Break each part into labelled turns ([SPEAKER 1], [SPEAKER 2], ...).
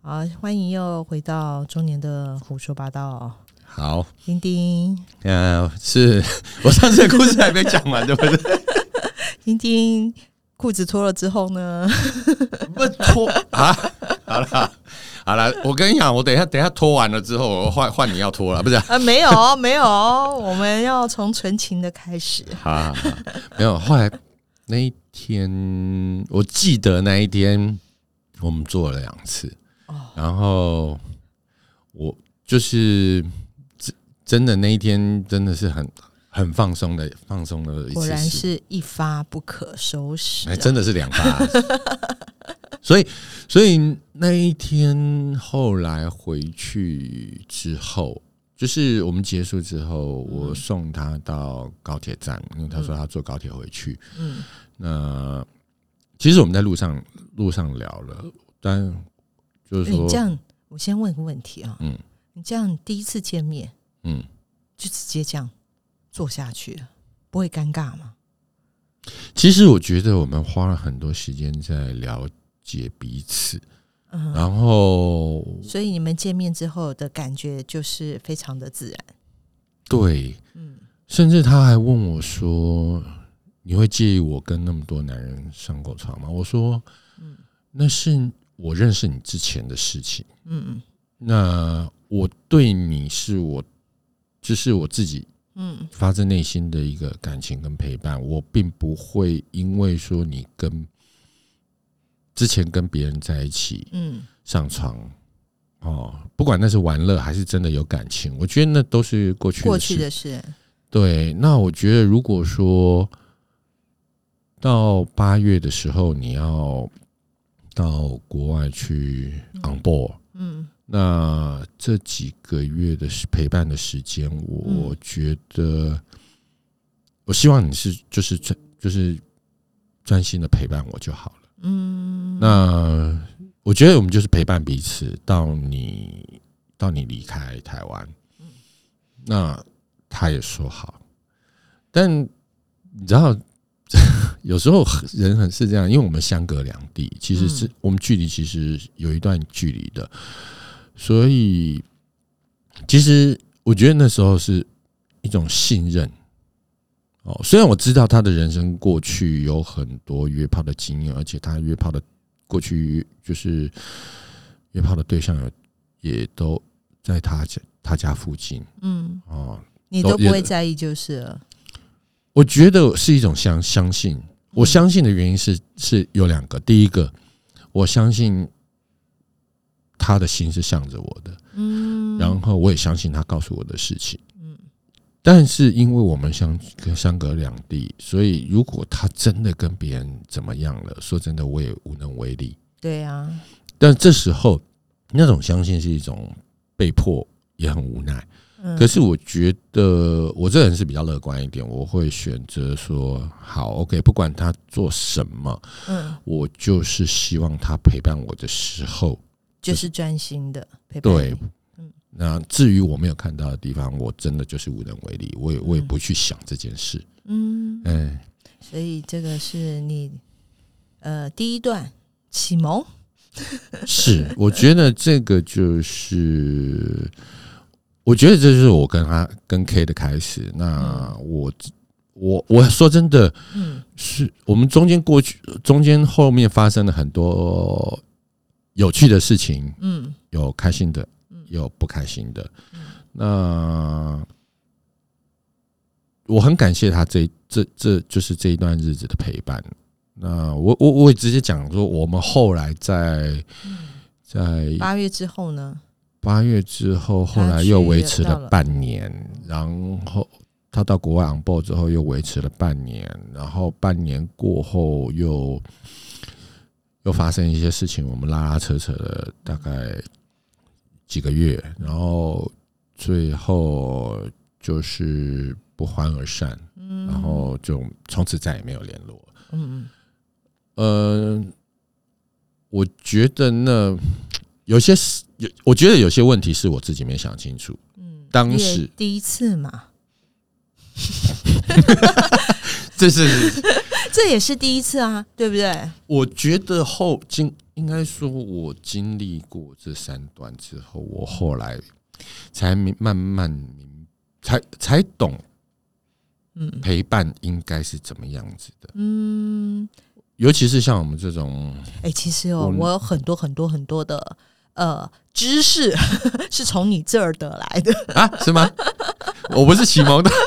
[SPEAKER 1] 好，欢迎又回到中年的胡说八道。
[SPEAKER 2] 好，
[SPEAKER 1] 丁丁，
[SPEAKER 2] 是我上次的故事还没讲完，对不对？
[SPEAKER 1] 丁丁裤子脱了之后呢？
[SPEAKER 2] 不脱啊？好了，我跟你讲，我等一下脱完了之后，我换你要脱了，不是？
[SPEAKER 1] 没有，我们要从纯情的开始。
[SPEAKER 2] 好，没有。后来那一天，我记得那一天我们做了2次，然后我就是真的那一天真的是很放松的一次，
[SPEAKER 1] 果然是一发不可收拾，
[SPEAKER 2] 真的是2发。所以那一天后来回去之后，就是我们结束之后，我送他到高铁站，因为他说他坐高铁回去。那其实我们在路上聊了，但就是说，
[SPEAKER 1] 你这样，我先问个问题啊，你这样第一次见面，就直接这样坐下去了，不会尴尬吗？
[SPEAKER 2] 其实我觉得我们花了很多时间在了解彼此，然后
[SPEAKER 1] 所以你们见面之后的感觉就是非常的自然。
[SPEAKER 2] 对，甚至他还问我说：“你会介意我跟那么多男人上过床吗？”我说：“那是我认识你之前的事情。那我对你是就是我自己发自内心的一个感情跟陪伴，我并不会因为说你之前跟别人在一起上床不管那是玩乐还是真的有感情，我觉得那都是过去的事。对，那我觉得如果说到8月的时候你要到国外去 on board，那这几个月的陪伴的时间，我觉得我希望你是就是专心的陪伴我就好了。那我觉得我们就是陪伴彼此到你离开台湾。那他也说好，但你知道有时候人是这样，因为我们相隔2地，其实是我们距离其实有一段距离的，所以其实我觉得那时候是一种信任。虽然我知道他的人生过去有很多约炮的经验，而且他约炮的过去就是约炮的对象也都在他家附近，
[SPEAKER 1] 你都不会在意就是了。
[SPEAKER 2] 我觉得是一种相信，我相信的原因是有2个，第一个，我相信他的心是向着我的，然后我也相信他告诉我的事情。但是因为我们相隔2地，所以如果他真的跟别人怎么样了，说真的我也无能为力。
[SPEAKER 1] 对啊，
[SPEAKER 2] 但这时候那种相信是一种被迫，也很无奈。可是我觉得我这个人是比较乐观一点，我会选择说好 OK， 不管他做什么，我就是希望他陪伴我的时候
[SPEAKER 1] 就是专心的陪伴你。
[SPEAKER 2] 对。那至于我没有看到的地方，我真的就是无能为力，我也不去想这件事。
[SPEAKER 1] 所以这个是你第一段启蒙。
[SPEAKER 2] 是，我觉得这个就是我觉得这就是我跟 K 的开始。那我说真的，是我们中间后面发生了很多有趣的事情，有开心的，有不开心的。那我很感谢他这就是这一段日子的陪伴。那我也直接讲说，我们后来在
[SPEAKER 1] 8月之后呢
[SPEAKER 2] ？8月之后，后来又维持了半年，然后他到国外 on board 之后又维持了半年，然后半年过后又发生一些事情，我们拉扯了大概几个月，然后最后就是不欢而散，然后就从此再也没有联络。我觉得我觉得有些问题是我自己没想清楚。当时
[SPEAKER 1] 第一次嘛，
[SPEAKER 2] 这也是第一次啊，
[SPEAKER 1] 对不对？
[SPEAKER 2] 我觉得应该说，我经历过这3段之后，我后来才慢慢才懂，陪伴应该是怎么样子的。尤其是像我们这种，
[SPEAKER 1] 其实我有很多很多很多的知识是从你这儿得来的
[SPEAKER 2] 啊？是吗？我不是启蒙的，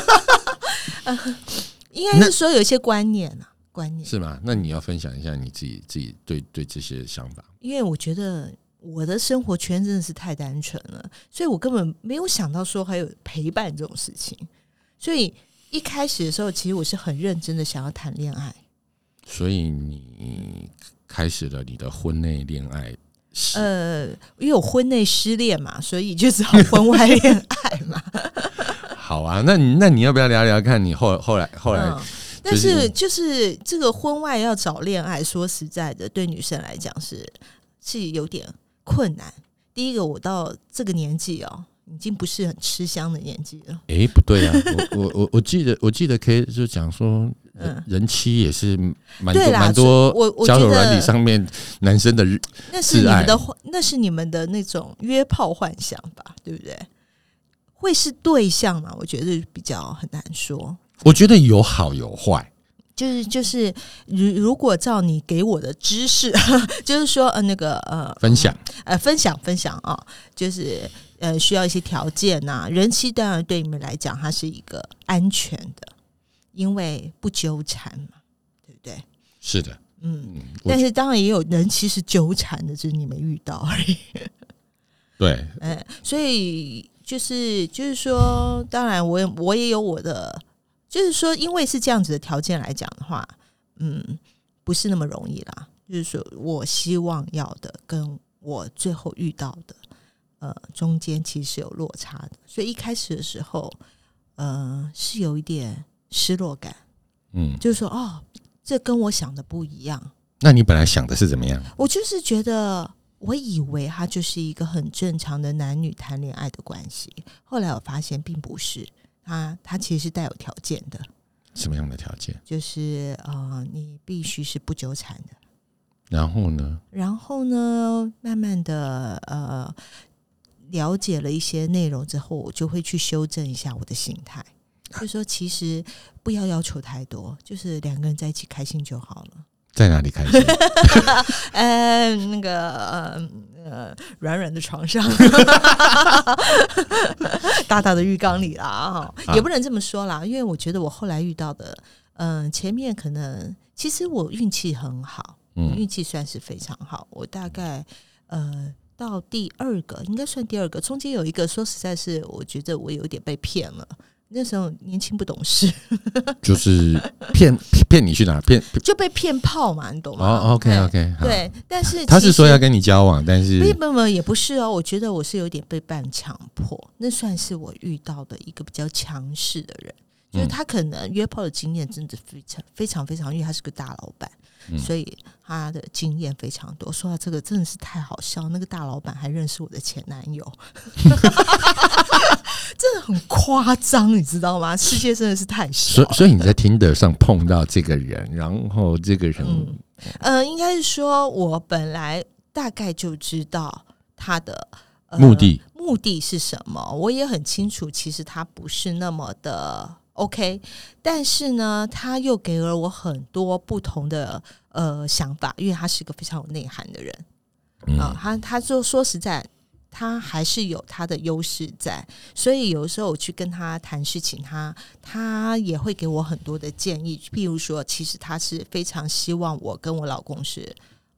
[SPEAKER 1] 应该是说有一些观念
[SPEAKER 2] 是吗？那你要分享一下你自己对这些想法。
[SPEAKER 1] 因为我觉得我的生活圈真的是太单纯了，所以我根本没有想到说还有陪伴这种事情。所以一开始的时候，其实我是很认真的想要谈恋爱。
[SPEAKER 2] 所以你开始了你的婚内恋爱。
[SPEAKER 1] 因为我婚内失恋嘛，所以就只好婚外恋爱嘛。
[SPEAKER 2] 好啊，那你要不要聊聊看你后来？
[SPEAKER 1] 但是就是这个婚外要找恋爱，说实在的，对女生来讲是有点困难。第一个，我到这个年纪已经不是很吃香的年纪了。
[SPEAKER 2] 不对啊，我记得 K 就讲说，人妻也是蛮多交友软体上面男生的挚爱，
[SPEAKER 1] 那是你们的那种约炮幻想吧，对不对？会是对象嘛？我觉得比较很难说。
[SPEAKER 2] 我觉得有好有坏。
[SPEAKER 1] 就是如果照你给我的知识，就是说分享啊，就是需要一些条件啊。人妻当然对你们来讲，它是一个安全的，因为不纠缠嘛，对不对？
[SPEAKER 2] 是的，
[SPEAKER 1] 但是当然也有人妻是纠缠的，只是你没遇到而已。
[SPEAKER 2] 对，
[SPEAKER 1] 所以就是说，当然我也有我的。就是说，因为是这样子的条件来讲的话，不是那么容易啦。就是说我希望要的跟我最后遇到的，中间其实有落差的，所以一开始的时候，是有一点失落感。就是说，这跟我想的不一样。
[SPEAKER 2] 那你本来想的是怎么样？
[SPEAKER 1] 我就是觉得，我以为它就是一个很正常的男女谈恋爱的关系，后来我发现并不是。它其实是带有条件的。
[SPEAKER 2] 什么样的条件？
[SPEAKER 1] 就是你必须是不纠缠的。
[SPEAKER 2] 然后呢，
[SPEAKER 1] 慢慢的了解了一些内容之后，我就会去修正一下我的心态，就说其实不要求太多，就是2个人在一起开心就好了。
[SPEAKER 2] 在哪里开心？
[SPEAKER 1] 软软的床上，大大的浴缸里啦，也不能这么说啦，因为我觉得我后来遇到的，前面可能其实我运气很好，运气算是非常好，我大概到第2个，应该算第2个，中间有一个说实在是，我觉得我有点被骗了。那时候年轻不懂事，就是骗你去哪？ 就被骗炮嘛，你懂吗
[SPEAKER 2] ？OK，
[SPEAKER 1] 对，但是
[SPEAKER 2] 他是说要跟你交往，但是
[SPEAKER 1] 也不是哦。我觉得我是有点被半强迫，那算是我遇到的一个比较强势的人，就是他可能约炮的经验真的非常非常，因为他是个大老板。所以他的经验非常多。说到这个真的是太好笑，那个大老板还认识我的前男友，真的很夸张，你知道吗？世界真的是太小。
[SPEAKER 2] 所以你在Tinder上碰到这个人，然后这个人，
[SPEAKER 1] 应该是说我本来大概就知道他的
[SPEAKER 2] 目的
[SPEAKER 1] 是什么，我也很清楚，其实他不是那么的OK， 但是呢，他又给了我很多不同的想法，因为他是一个非常有内涵的人他就说实在，他还是有他的优势在，所以有时候我去跟他谈事情，他也会给我很多的建议，譬如说，其实他是非常希望我跟我老公是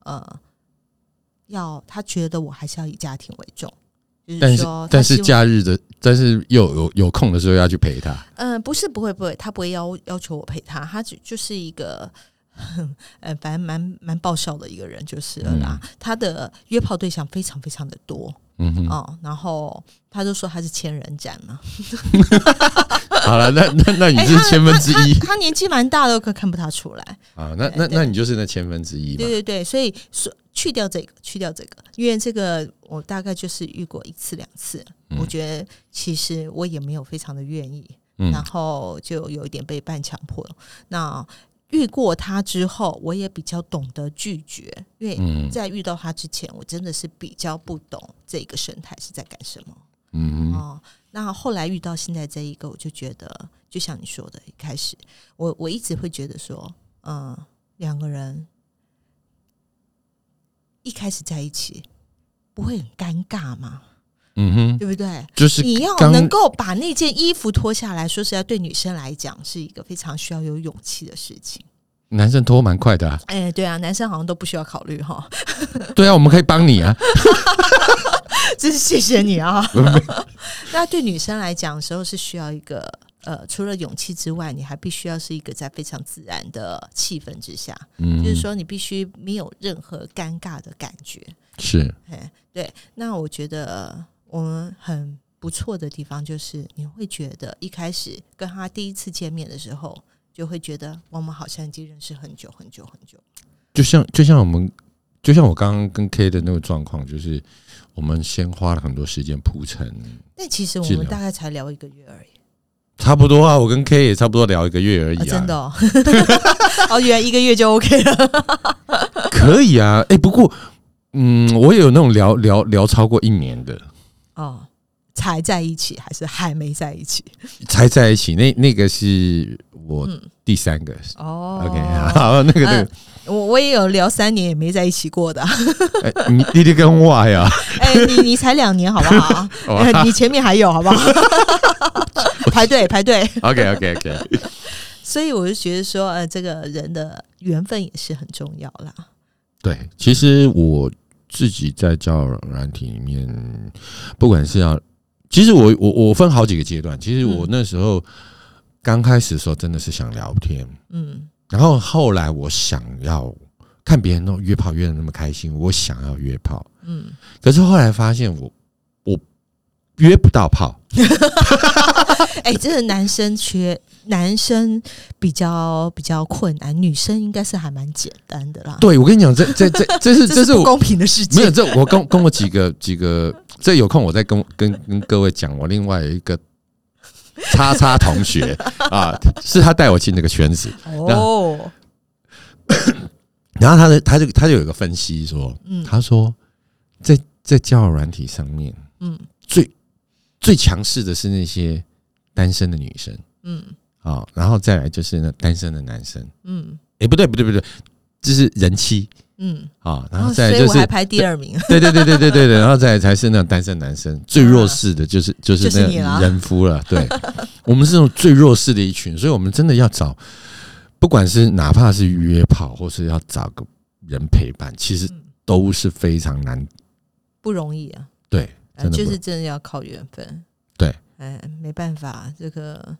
[SPEAKER 1] 他觉得我还是要以家庭为重。
[SPEAKER 2] 但是假日的，但是又有空的时候要去陪他。
[SPEAKER 1] 不会，他不会要求我陪他，他就是一个反正蛮爆笑的一个人就是了啦。他的约炮对象非常非常的多，然后他就说他是千人斩嘛。
[SPEAKER 2] 好了，那你是1/1000，
[SPEAKER 1] 他年纪蛮大的，可看不他出来
[SPEAKER 2] 啊。那你就是那1/1000嘛。
[SPEAKER 1] 对，所以去掉这个，因为这个我大概就是遇过1次2次，我觉得其实我也没有非常的愿意，然后就有一点被半强迫。那遇过他之后，我也比较懂得拒绝，因为在遇到他之前，我真的是比较不懂这个生态是在干什么。那后来遇到现在这一个，我就觉得，就像你说的，一开始我一直会觉得说，两个人一开始在一起不会很尴尬吗？对不对？
[SPEAKER 2] 就是
[SPEAKER 1] 你要能够把那件衣服脱下来，说实在，对女生来讲是一个非常需要有勇气的事情。
[SPEAKER 2] 男生脱蛮快的啊。
[SPEAKER 1] 对啊，男生好像都不需要考虑哈。
[SPEAKER 2] 对啊，我们可以帮你啊。
[SPEAKER 1] 真是谢谢你啊。那对女生来讲的时候是需要一个除了勇气之外，你还必须要是一个在非常自然的气氛之下，就是说你必须没有任何尴尬的感觉。
[SPEAKER 2] 是，
[SPEAKER 1] 对。那我觉得我们很不错的地方就是你会觉得一开始跟他第一次见面的时候，就会觉得我们好像已经认识很久很久很久。就
[SPEAKER 2] 像我刚刚跟 K 的那个状况，就是我们先花了很多时间铺陈，
[SPEAKER 1] 但其实我们大概才聊1个月而已。
[SPEAKER 2] 差不多啊，我跟 K 也差不多聊1个月而已啊。
[SPEAKER 1] 真的哦。原来1个月就 OK 了。
[SPEAKER 2] 可以啊。不过我也有那种聊超过1年的。
[SPEAKER 1] 才在一起还是还没在一起？
[SPEAKER 2] 才在一起，那个是我第3个。OK， 好，那个
[SPEAKER 1] 我也有聊3年也没在一起过的。
[SPEAKER 2] 你跟我呀？
[SPEAKER 1] 你才2年好不好？你前面还有好不好？排队。
[SPEAKER 2] OK。
[SPEAKER 1] 所以我就觉得说，这个人的缘分也是很重要啦。
[SPEAKER 2] 对，其实我自己在交友软体里面，不管是其实我分好几个阶段。其实我那时候刚开始的时候真的是想聊天，然后后来我想要看别人约炮约得那么开心，我想要约炮，可是后来发现我约不到炮。
[SPEAKER 1] 这个男生比较困难，女生应该是还蛮简单的啦。
[SPEAKER 2] 对，我跟你讲，这是
[SPEAKER 1] 不公平的事情。
[SPEAKER 2] 没有，这我跟我几个，这有空我再跟各位讲。我另外一个叉同学啊，是他带我进那个圈子。然后他就有一个分析说，他说在交友软体上面，最强势的是那些单身的女生，然后再来就是那单身的男生，不对，这是人妻，然后再来就是，
[SPEAKER 1] 所以我还排第2名，
[SPEAKER 2] 对，然后再来才是那种单身男生，最弱势的就是那人夫了，对，我们是那种最弱势的一群，所以我们真的要找，不管是哪怕是约炮，或是要找个人陪伴，其实都是非常难，
[SPEAKER 1] 不容易啊，
[SPEAKER 2] 对。
[SPEAKER 1] 就是真的要靠缘分，
[SPEAKER 2] 对，
[SPEAKER 1] 没办法，这个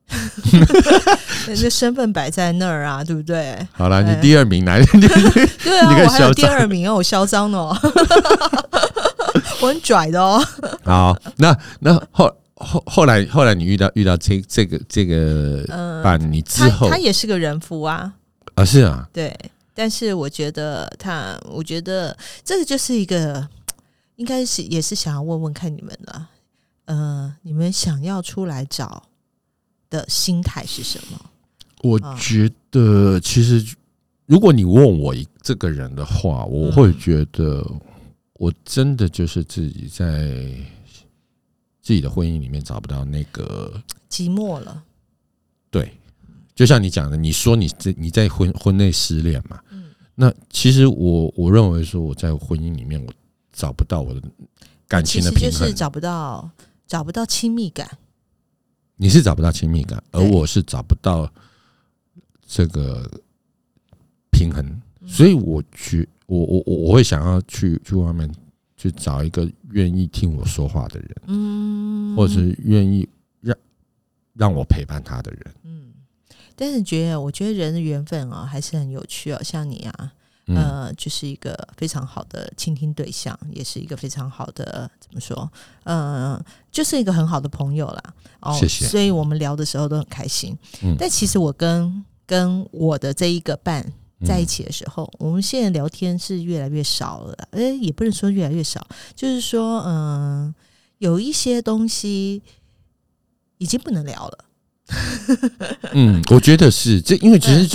[SPEAKER 1] 这身份摆在那儿啊，对不对？
[SPEAKER 2] 好了，你第2名来，
[SPEAKER 1] 对啊，我还有第2名哦，我嚣张哦，我很拽的哦。
[SPEAKER 2] 好，那后来你遇到这个伴，你之后
[SPEAKER 1] 他也是个人夫啊，
[SPEAKER 2] 是啊，
[SPEAKER 1] 对，但是我觉得这个就是一个。应该是也是想要问问看你们了，你们想要出来找的心态是什么？
[SPEAKER 2] 我觉得其实如果你问我这个人的话，我会觉得我真的就是自己在自己的婚姻里面找不到那个
[SPEAKER 1] 寂寞了。
[SPEAKER 2] 对，就像你讲的，你说你在婚内失恋嘛，那其实我认为说我在婚姻里面我找不到我的感情的平衡，
[SPEAKER 1] 其实就是找不到亲密感。
[SPEAKER 2] 你是找不到亲密感，而我是找不到这个平衡，所以我会想要去外面去找一个愿意听我说话的人，或者是愿意让我陪伴他的人。
[SPEAKER 1] 但是我觉得人的缘分还是很有趣哦，像你啊。就是一个非常好的倾听对象，也是一个非常好的怎么说？就是一个很好的朋友啦。
[SPEAKER 2] 谢谢。
[SPEAKER 1] 所以我们聊的时候都很开心。但其实我跟我的这一个伴在一起的时候，我们现在聊天是越来越少了。也不能说越来越少，就是说，有一些东西已经不能聊了。
[SPEAKER 2] 我觉得是这，因为其实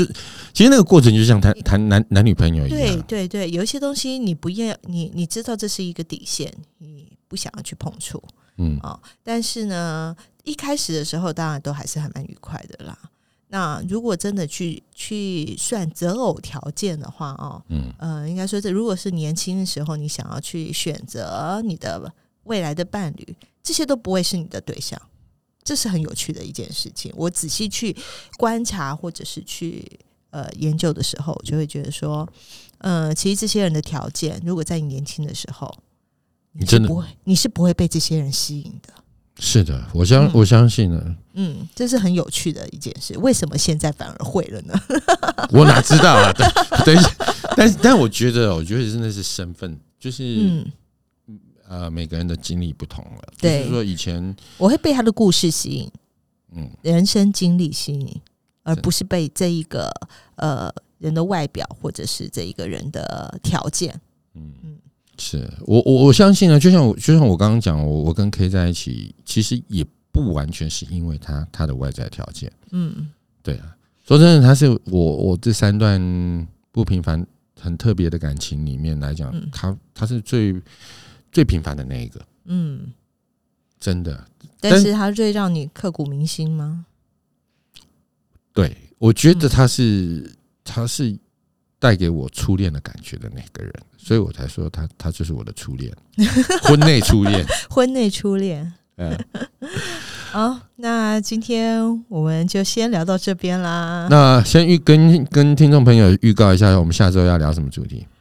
[SPEAKER 2] 其实那个过程就像谈男女朋友一样。
[SPEAKER 1] 对，有一些东西你不要，你知道这是一个底线，你不想要去碰触，但是呢，一开始的时候当然都还是还蛮愉快的啦。那如果真的去算择偶条件的话应该说如果是年轻的时候，你想要去选择你的未来的伴侣，这些都不会是你的对象，这是很有趣的一件事情。我仔细去观察或者是去研究的时候，我就会觉得说，其实这些人的条件，如果在你年轻的时候，你是不会被这些人吸引的。是的，
[SPEAKER 2] 我相信了。
[SPEAKER 1] 这是很有趣的一件事。为什么现在反而会了呢？
[SPEAKER 2] 我哪知道啊？但我觉得真的是身份，就是每个人的经历不同了。就是说以前
[SPEAKER 1] 我会被他的故事吸引，人生经历吸引，而不是被这一个人的外表或者是这一个人的条件。
[SPEAKER 2] 是我相信呢，就像我刚刚讲，我跟 K 在一起，其实也不完全是因为他的外在条件。对啊，说真的，他是我这3段不平凡、很特别的感情里面来讲，他是最平凡的那一个。真的。
[SPEAKER 1] 但是他最让你刻骨铭心吗？
[SPEAKER 2] 对，我觉得他是带给我初恋的感觉的那个人，所以我才说他就是我的初恋，婚内初恋，
[SPEAKER 1] 婚内初恋。好，那今天我们就先聊到这边啦。
[SPEAKER 2] 那先跟听众朋友预告一下，我们下周要聊什么主题？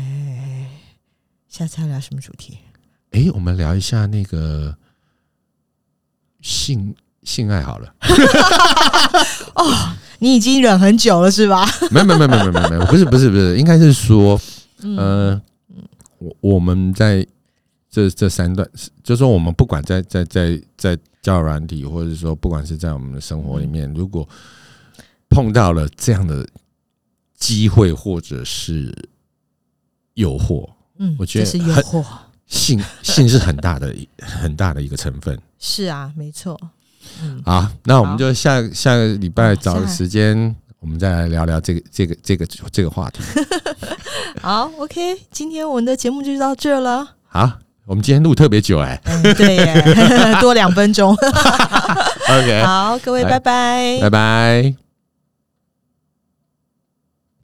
[SPEAKER 1] 下次要聊什么主题？
[SPEAKER 2] 我们聊一下那个性爱好了。
[SPEAKER 1] 你已经忍很久了是吧？
[SPEAKER 2] 没有，不是，应该是说，我们在这3段，就是说我们不管在交友软体，或者说不管是在我们的生活里面，如果碰到了这样的机会或者是诱惑，我觉得
[SPEAKER 1] 这是诱惑，
[SPEAKER 2] 性是很大的一个成分。是
[SPEAKER 1] 啊，没错。
[SPEAKER 2] 好，那我们就下个礼拜找个时间，我们再来聊聊这个话题。
[SPEAKER 1] 好 ，OK， 今天我们的节目就到这了。
[SPEAKER 2] 好，我们今天录特别久
[SPEAKER 1] 对耶，多2分钟。
[SPEAKER 2] OK，
[SPEAKER 1] 好，各位拜拜，
[SPEAKER 2] 拜拜。